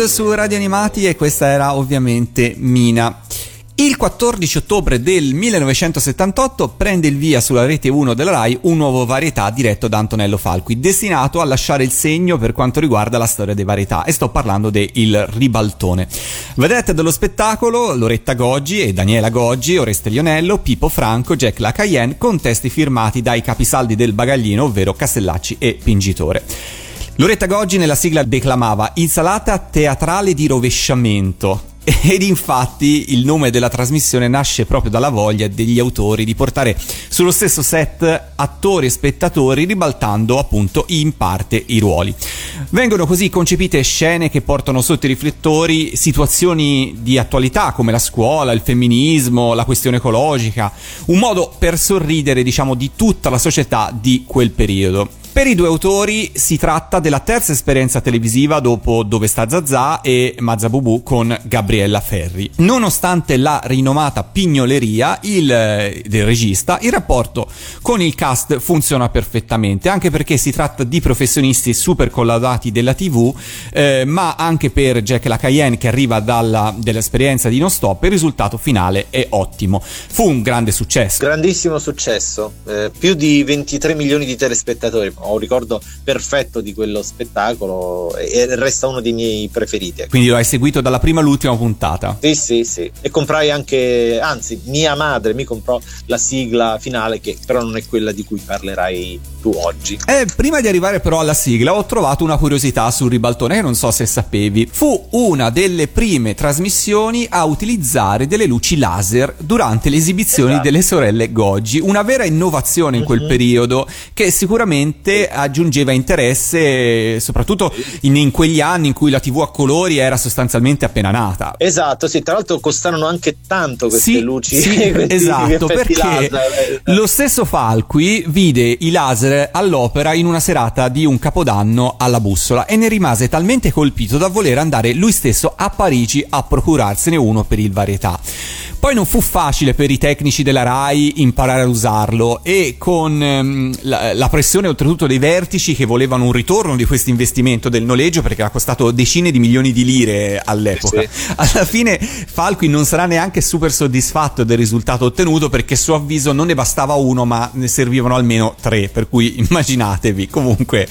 Mood su Radio Animati e questa era ovviamente Mina. Il 14 ottobre del 1978 prende il via sulla rete 1 della Rai un nuovo varietà diretto da Antonello Falqui, destinato a lasciare il segno per quanto riguarda la storia dei varietà, e sto parlando de Il Ribaltone. Vedette dello spettacolo Loretta Goggi e Daniela Goggi, Oreste Lionello, Pippo Franco, Jack La Cayenne, con testi firmati dai capisaldi del bagaglino, ovvero Castellacci e Pingitore. Loretta Goggi nella sigla declamava "insalata teatrale di rovesciamento", ed infatti il nome della trasmissione nasce proprio dalla voglia degli autori di portare sullo stesso set attori e spettatori, ribaltando appunto in parte i ruoli. Vengono così concepite scene che portano sotto i riflettori situazioni di attualità come la scuola, il femminismo, la questione ecologica, un modo per sorridere, diciamo, di tutta la società di quel periodo. Per i due autori si tratta della terza esperienza televisiva dopo Dove sta Zazà e Mazza Bubù con Gabriella Ferri. Nonostante la rinomata pignoleria del regista, il rapporto con il cast funziona perfettamente, anche perché si tratta di professionisti super collaudati della TV, ma anche per Jack La Cayenne, che arriva dell'esperienza di Non Stop, il risultato finale è ottimo. Fu un grande successo. Grandissimo successo, più di 23 milioni di telespettatori. Ho un ricordo perfetto di quello spettacolo e resta uno dei miei preferiti. Quindi lo hai seguito dalla prima all'ultima puntata? Sì. E comprai anche, anzi, mia madre mi comprò la sigla finale, che però non è quella di cui parlerai tu oggi. Prima di arrivare però alla sigla ho trovato una curiosità sul Ribaltone che non so se sapevi. Fu una delle prime trasmissioni a utilizzare delle luci laser durante le esibizioni delle sorelle Goggi, una vera innovazione in quel periodo che sicuramente aggiungeva interesse, soprattutto in quegli anni in cui la TV a colori era sostanzialmente appena nata. Esatto, sì, tra l'altro costarono anche tanto queste luci. Sì, esatto, perché laser. Lo stesso Falqui vide i laser all'opera in una serata di un capodanno alla Bussola e ne rimase talmente colpito da voler andare lui stesso a Parigi a procurarsene uno per il varietà. Poi non fu facile per i tecnici della Rai imparare ad usarlo, e con la pressione oltretutto dei vertici che volevano un ritorno di questo investimento del noleggio, perché ha costato decine di milioni di lire all'epoca. Sì. Alla fine Falqui non sarà neanche super soddisfatto del risultato ottenuto, perché a suo avviso non ne bastava uno ma ne servivano almeno 3, per cui immaginatevi comunque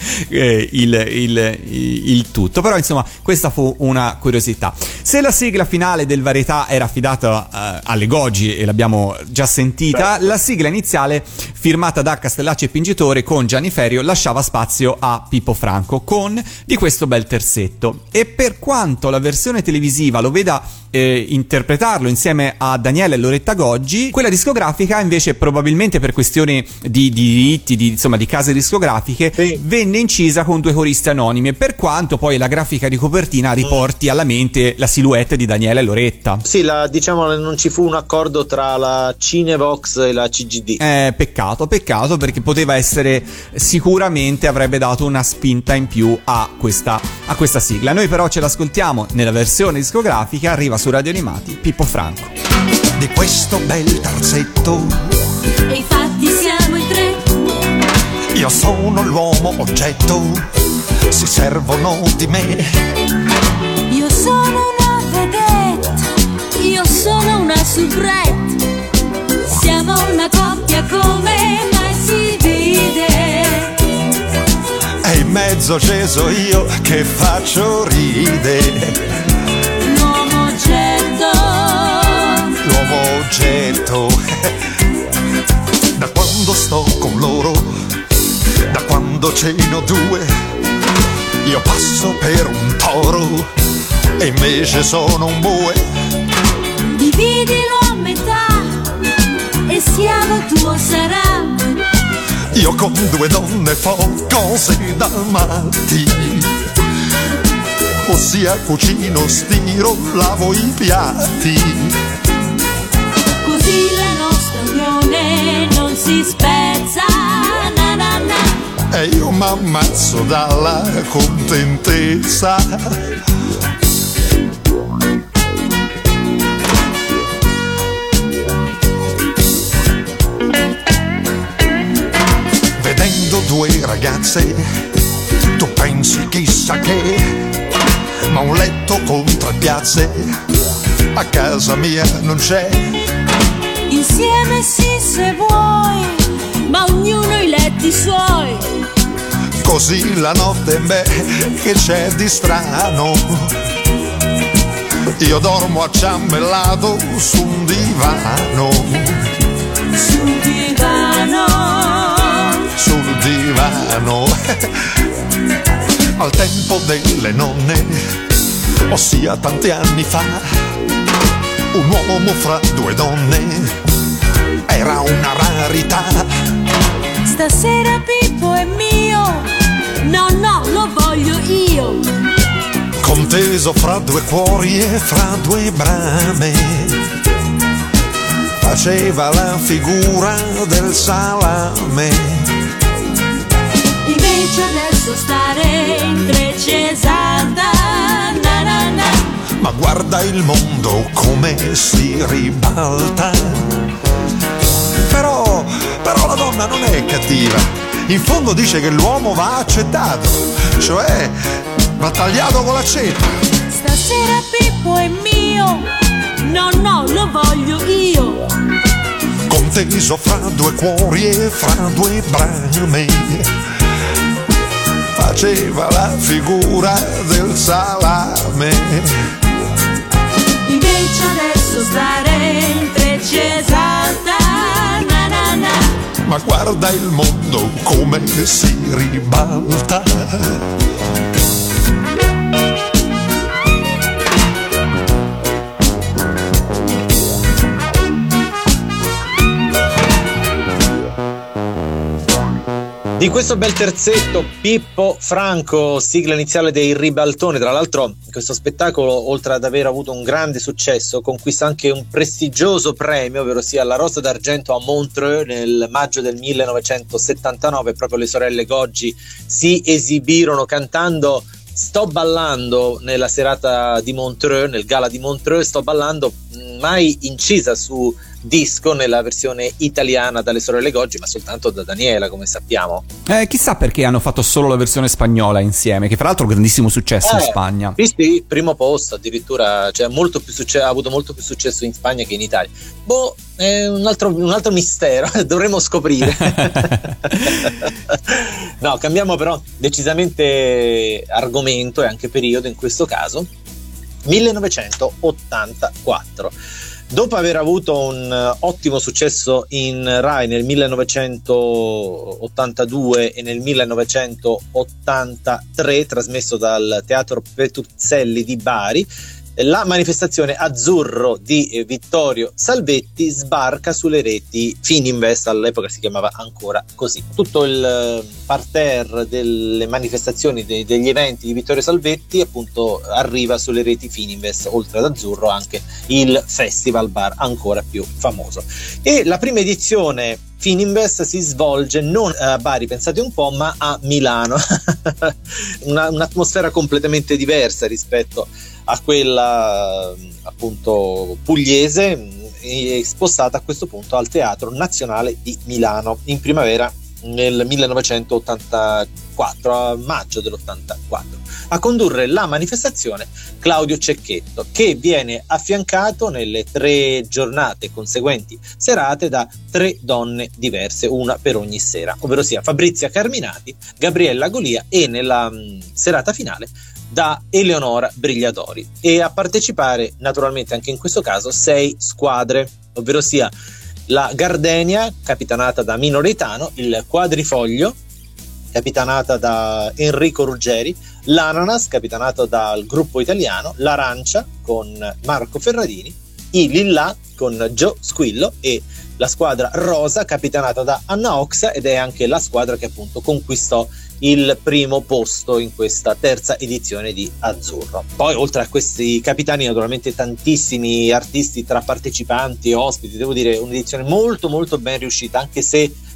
il tutto. Però insomma questa fu una curiosità. Se la sigla finale del varietà era affidata alle Goggi e l'abbiamo già sentita, la sigla iniziale firmata da Castellacci e Pingitore con Gianni Ferrio lasciava spazio a Pippo Franco con Di questo bel terzetto. E per quanto la versione televisiva lo veda interpretarlo insieme a Daniela e Loretta Goggi, quella discografica invece, probabilmente per questioni di diritti, di case discografiche, venne incisa con 2 coristi anonime, per quanto poi la grafica di copertina riporti alla mente la silhouette di Daniela e Loretta. Sì, diciamo non ci fu un accordo tra la Cinevox e la CGD. Peccato, perché poteva essere, sicuramente avrebbe dato una spinta in più a questa sigla. Noi però ce l'ascoltiamo nella versione discografica, arriva su Radio Animati Pippo Franco. Di questo bel terzetto, e infatti siamo in 3. io sono l'uomo oggetto, si servono di me. Io sono una vedette, io sono una soubrette. Siamo una coppia come mai si vede. E in mezzo sceso io che faccio ridere. L'uomo oggetto. Da quando sto con loro, da quando ce ne ho 2, io passo per un toro e invece sono un bue. Dividilo a metà e siamo tuo sarà. Io con 2 donne fo cose da matti, ossia cucino, stiro, lavo i piatti. Così la nostra unione non si spezza, na na na. E io m'ammazzo dalla contentezza. Vedendo 2 ragazze, tu pensi chissà che ma un letto con 3 piazze a casa mia non c'è. Insieme sì se vuoi, ma ognuno i letti suoi. Così la notte, beh, che c'è di strano? Io dormo acciambellato su un divano. Sul divano. Sul divano. Al tempo delle nonne, ossia tanti anni fa, un uomo fra 2 donne era una rarità. Stasera Pippo è mio, no no, lo voglio io. Conteso fra 2 cuori e fra 2 brame, faceva la figura del salame. Invece adesso stare in Trecce esalta, na na na. Ma guarda il mondo come si ribalta. Però la donna non è cattiva. In fondo dice che l'uomo va accettato, cioè va tagliato con l'accetta. Stasera Pippo è mio, no no, lo voglio io. Conteso fra 2 cuori e fra 2 brame, faceva la figura del salame. Invece adesso stare in Trecce esalta, na na na. Ma guarda il mondo come si ribalta. Di questo bel terzetto, Pippo Franco, sigla iniziale dei Ribaltoni. Tra l'altro questo spettacolo, oltre ad aver avuto un grande successo, conquista anche un prestigioso premio, ovvero sia la Rosa d'Argento a Montreux nel maggio del 1979. Proprio le sorelle Goggi si esibirono cantando Sto ballando nella serata di Montreux, nel gala di Montreux. Sto ballando, mai incisa su disco nella versione italiana dalle sorelle Goggi, ma soltanto da Daniela, come sappiamo. Chissà perché hanno fatto solo la versione spagnola insieme, che fra l'altro ha un grandissimo successo in Spagna. Sì, primo posto addirittura, cioè molto più ha avuto molto più successo in Spagna che in Italia. Boh, è un altro mistero, dovremo scoprire. No, cambiamo però decisamente argomento e anche periodo in questo caso. 1984. Dopo aver avuto un ottimo successo in Rai nel 1982 e nel 1983, trasmesso dal Teatro Petruzzelli di Bari, la manifestazione Azzurro di Vittorio Salvetti sbarca sulle reti Fininvest, all'epoca si chiamava ancora così. Tutto il parterre delle manifestazioni, degli eventi di Vittorio Salvetti appunto arriva sulle reti Fininvest, oltre ad Azzurro anche il Festival Bar, ancora più famoso. E la prima edizione Fininvest si svolge non a Bari, pensate un po', ma a Milano. Un'atmosfera completamente diversa rispetto a quella appunto pugliese, spostata a questo punto al Teatro Nazionale di Milano in primavera nel 1984, a maggio dell'84. A condurre la manifestazione Claudio Cecchetto, che viene affiancato nelle 3 giornate conseguenti serate da 3 donne diverse, una per ogni sera, ovvero sia Fabrizia Carminati, Gabriella Golia e nella serata finale da Eleonora Brigliadori. E a partecipare naturalmente anche in questo caso 6 squadre, ovvero sia la Gardenia, capitanata da Mino Reitano, il Quadrifoglio, capitanata da Enrico Ruggeri, l'Ananas, capitanato dal gruppo italiano, l'Arancia con Marco Ferradini, i Lillà con Gio Squillo e la squadra rosa capitanata da Anna Oxa, ed è anche la squadra che appunto conquistò il primo posto in questa terza edizione di Azzurro. Poi oltre a questi capitani naturalmente tantissimi artisti tra partecipanti e ospiti, devo dire un'edizione molto molto ben riuscita, anche se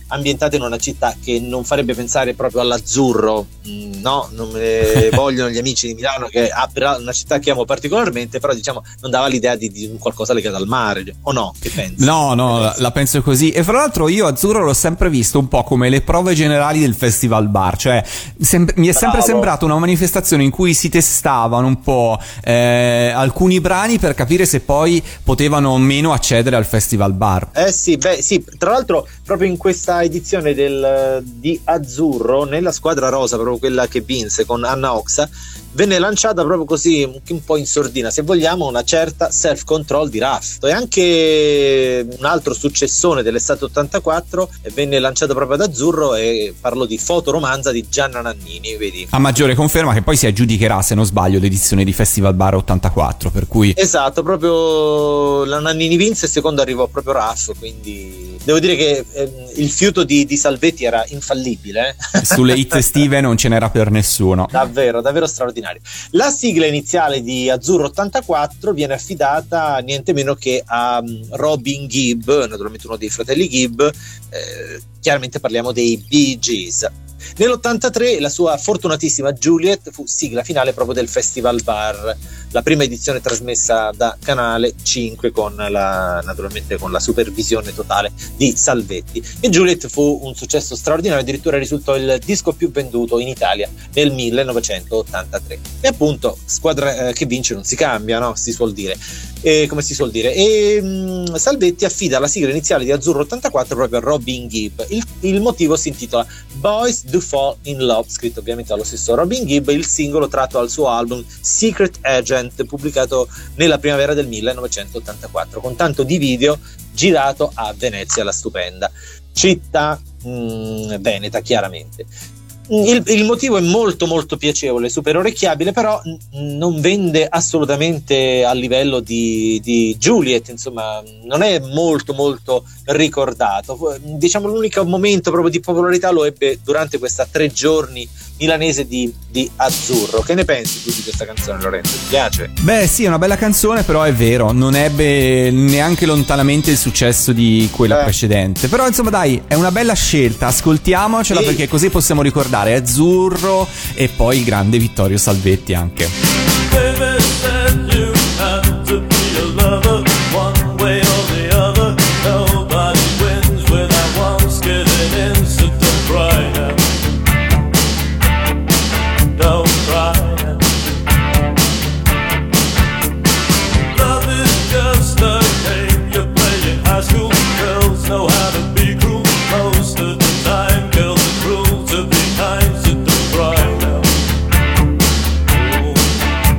ambientate in una città che non farebbe pensare proprio all'azzurro, no, non me ne vogliono gli amici di Milano, che è una città che amo particolarmente, però diciamo non dava l'idea di qualcosa legato al mare, o no? Che pensi? No, la penso così. E fra l'altro io Azzurro l'ho sempre visto un po' come le prove generali del Festival Bar, cioè mi è sempre sembrato una manifestazione in cui si testavano un po' alcuni brani per capire se poi potevano o meno accedere al Festival Bar. Sì, tra l'altro proprio in questa edizione di Azzurro, nella squadra rosa, proprio quella che vinse con Anna Oxa, venne lanciata proprio così un po' in sordina, se vogliamo, una certa Self Control di Raff. E anche un altro successone dell'estate 84 venne lanciato proprio ad Azzurro, e parlo di Fotoromanza di Gianna Nannini, vedi? A maggiore conferma che poi si aggiudicherà, se non sbaglio, l'edizione di Festival Bar 84, per cui... Esatto, proprio la Nannini vinse e secondo arrivò proprio Raff, quindi devo dire che il fiuto di Salvetti era infallibile. Sulle hit estive non ce n'era per nessuno. Davvero straordinario. La sigla iniziale di Azzurro 84 viene affidata niente meno che a Robin Gibb, naturalmente uno dei fratelli Gibb, chiaramente parliamo dei Bee Gees. Nell'83 la sua fortunatissima Juliet fu sigla finale proprio del Festival Bar, la prima edizione trasmessa da Canale 5 naturalmente con la supervisione totale di Salvetti. E Juliet fu un successo straordinario, addirittura risultò il disco più venduto in Italia nel 1983. E appunto, squadra che vince non si cambia, no? Si suol dire. Come si suol dire. E Salvetti affida la sigla iniziale di Azzurro 84 proprio a Robin Gibb. Il motivo si intitola Boys Do Fall in Love, scritto ovviamente dallo stesso Robin Gibb, il singolo tratto dal suo album Secret Agent, pubblicato nella primavera del 1984, con tanto di video girato a Venezia, la stupenda città veneta, chiaramente. Il motivo è molto molto piacevole, super orecchiabile, però non vende assolutamente a livello di Juliet, insomma non è molto molto ricordato. Diciamo l'unico momento proprio di popolarità lo ebbe durante questa 3 giorni milanese di Azzurro. Che ne pensi tu di questa canzone, Lorenzo? Ti piace? Beh sì, è una bella canzone, però è vero, non ebbe neanche lontanamente il successo di quella precedente, però insomma dai, è una bella scelta, ascoltiamocela, sì, perché così possiamo ricordare Azzurro e poi il grande Vittorio Salvetti anche. Baby said you had to be a lover, one way or the other. Nobody wins without once getting in, so don't cry now. Don't cry now. Love is just a game you play in high school. Girls know how to be cruel most of the time. Girls are cruel to be kind, so don't cry now.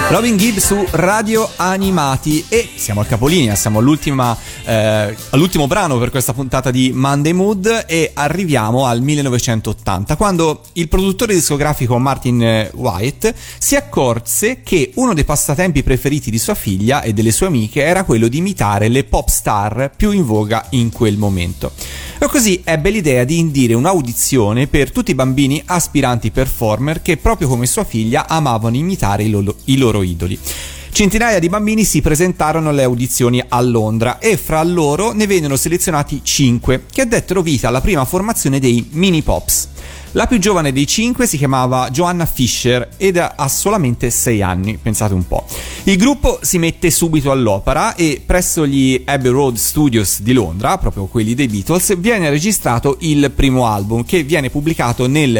Robin Gibb su Radio Animati, e siamo al capolinea, siamo all'ultimo brano per questa puntata di Monday Mood, e arriviamo al 1980, quando il produttore discografico Martin White si accorse che uno dei passatempi preferiti di sua figlia e delle sue amiche era quello di imitare le pop star più in voga in quel momento. E così ebbe l'idea di indire un'audizione per tutti i bambini aspiranti performer che, proprio come sua figlia, amavano imitare i loro idoli. Centinaia di bambini si presentarono alle audizioni a Londra, e fra loro ne vennero selezionati 5 che dettero vita alla prima formazione dei Mini Pops. La più giovane dei 5 si chiamava Joanna Fisher ed ha solamente 6 anni, pensate un po'. Il gruppo si mette subito all'opera e presso gli Abbey Road Studios di Londra, proprio quelli dei Beatles, viene registrato il primo album, che viene pubblicato nel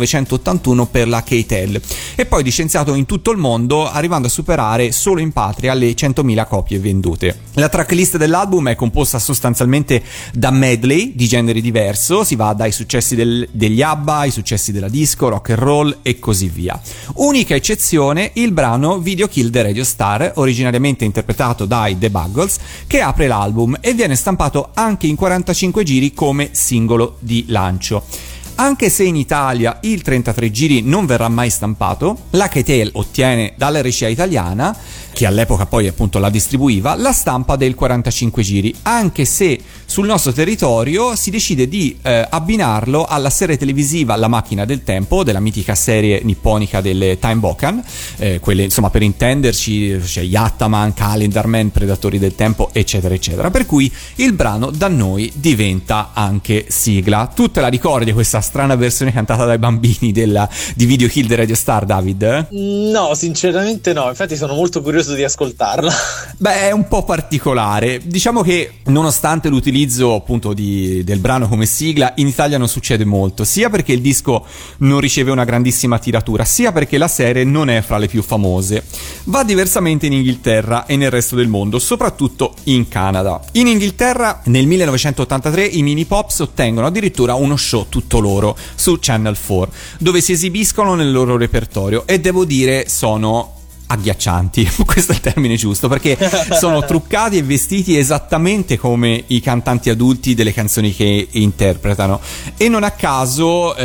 1981 per la K-Tel e poi licenziato in tutto il mondo, arrivando a superare solo in patria le 100.000 copie vendute. La tracklist dell'album è composta sostanzialmente da medley di generi diverso, si va dai successi degli ABBA, i successi della disco, rock and roll e così via. Unica eccezione il brano Video Kill the Radio Star, originariamente interpretato dai The Buggles, che apre l'album e viene stampato anche in 45 giri come singolo di lancio. Anche se in Italia il 33 giri non verrà mai stampato, la K-Tel ottiene dalla RCA italiana, che all'epoca poi appunto la distribuiva, la stampa del 45 giri, anche se sul nostro territorio si decide di abbinarlo alla serie televisiva La Macchina del Tempo, della mitica serie nipponica delle Time Bokan, quelle insomma, per intenderci, cioè Yattaman, Calendarman, Predatori del Tempo, eccetera eccetera, per cui il brano da noi diventa anche sigla. Tu te la ricordi questa strana versione cantata dai bambini di Video Kill the Radio Star, David? No, sinceramente no, infatti sono molto curioso di ascoltarla. Beh, è un po' particolare. Diciamo che nonostante l'utilizzo appunto del brano come sigla, in Italia non succede molto, sia perché il disco non riceve una grandissima tiratura, sia perché la serie non è fra le più famose. Va diversamente in Inghilterra e nel resto del mondo, soprattutto in Canada. In Inghilterra nel 1983 i Mini Pops ottengono addirittura uno show tutto loro su Channel 4, dove si esibiscono nel loro repertorio, e devo dire sono agghiaccianti, questo è il termine giusto, perché sono truccati e vestiti esattamente come i cantanti adulti delle canzoni che interpretano, e non a caso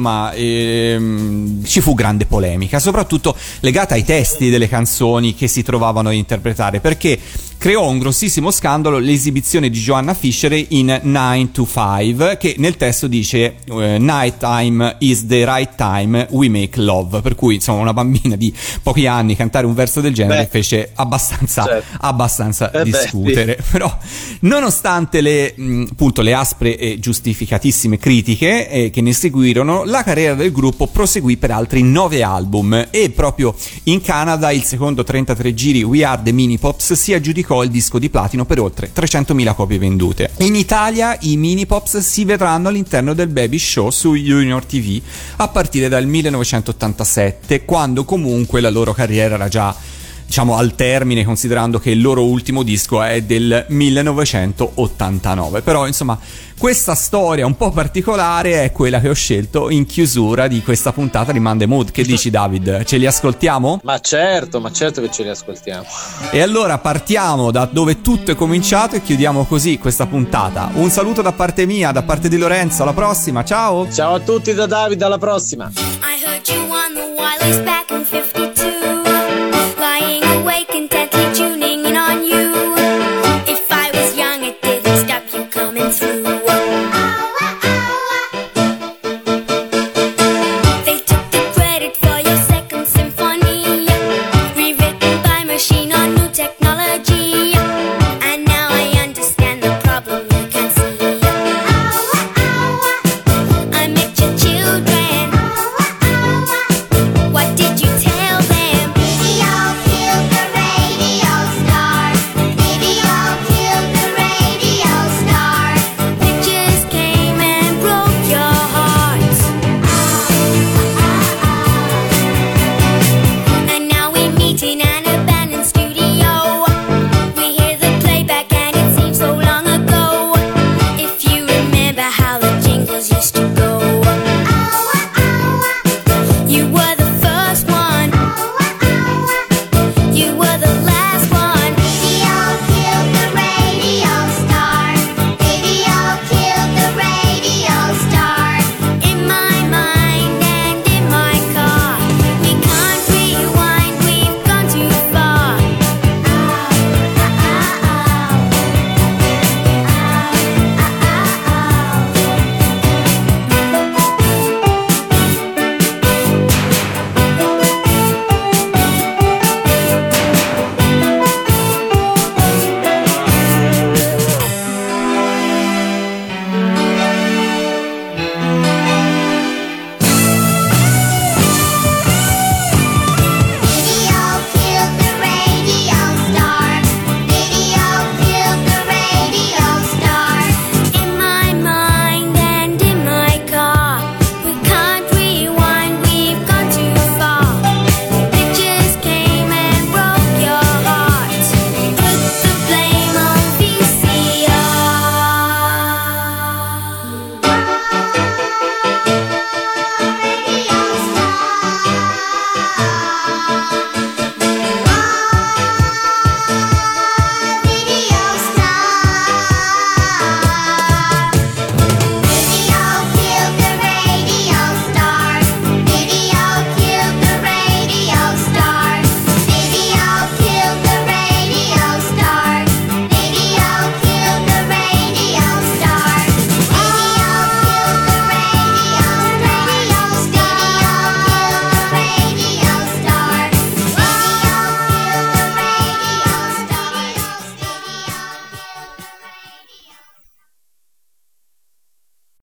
ci fu grande polemica, soprattutto legata ai testi delle canzoni che si trovavano a interpretare, perché creò un grossissimo scandalo l'esibizione di Joanna Fisher in 9 to 5, che nel testo dice "Night time is the right time we make love", per cui insomma una bambina di pochi anni cantare un verso del genere fece abbastanza discutere. Sì. Però nonostante le aspre e giustificatissime critiche che ne seguirono, la carriera del gruppo proseguì per altri 9 album, e proprio in Canada il secondo 33 giri We Are the Mini Pops si aggiudicò il disco di platino per oltre 300.000 copie vendute. In Italia i Mini Pops si vedranno all'interno del Baby Show su Junior TV a partire dal 1987, quando comunque la loro carriera era già, diciamo, al termine, considerando che il loro ultimo disco è del 1989. Però insomma questa storia un po' particolare è quella che ho scelto in chiusura di questa puntata di Monday Mood. Che dici, David? Ce li ascoltiamo? Ma certo che ce li ascoltiamo. E allora partiamo da dove tutto è cominciato e chiudiamo così questa puntata. Un saluto da parte mia, da parte di Lorenzo, alla prossima, ciao! Ciao a tutti da David, alla prossima! I heard you on the wireless back.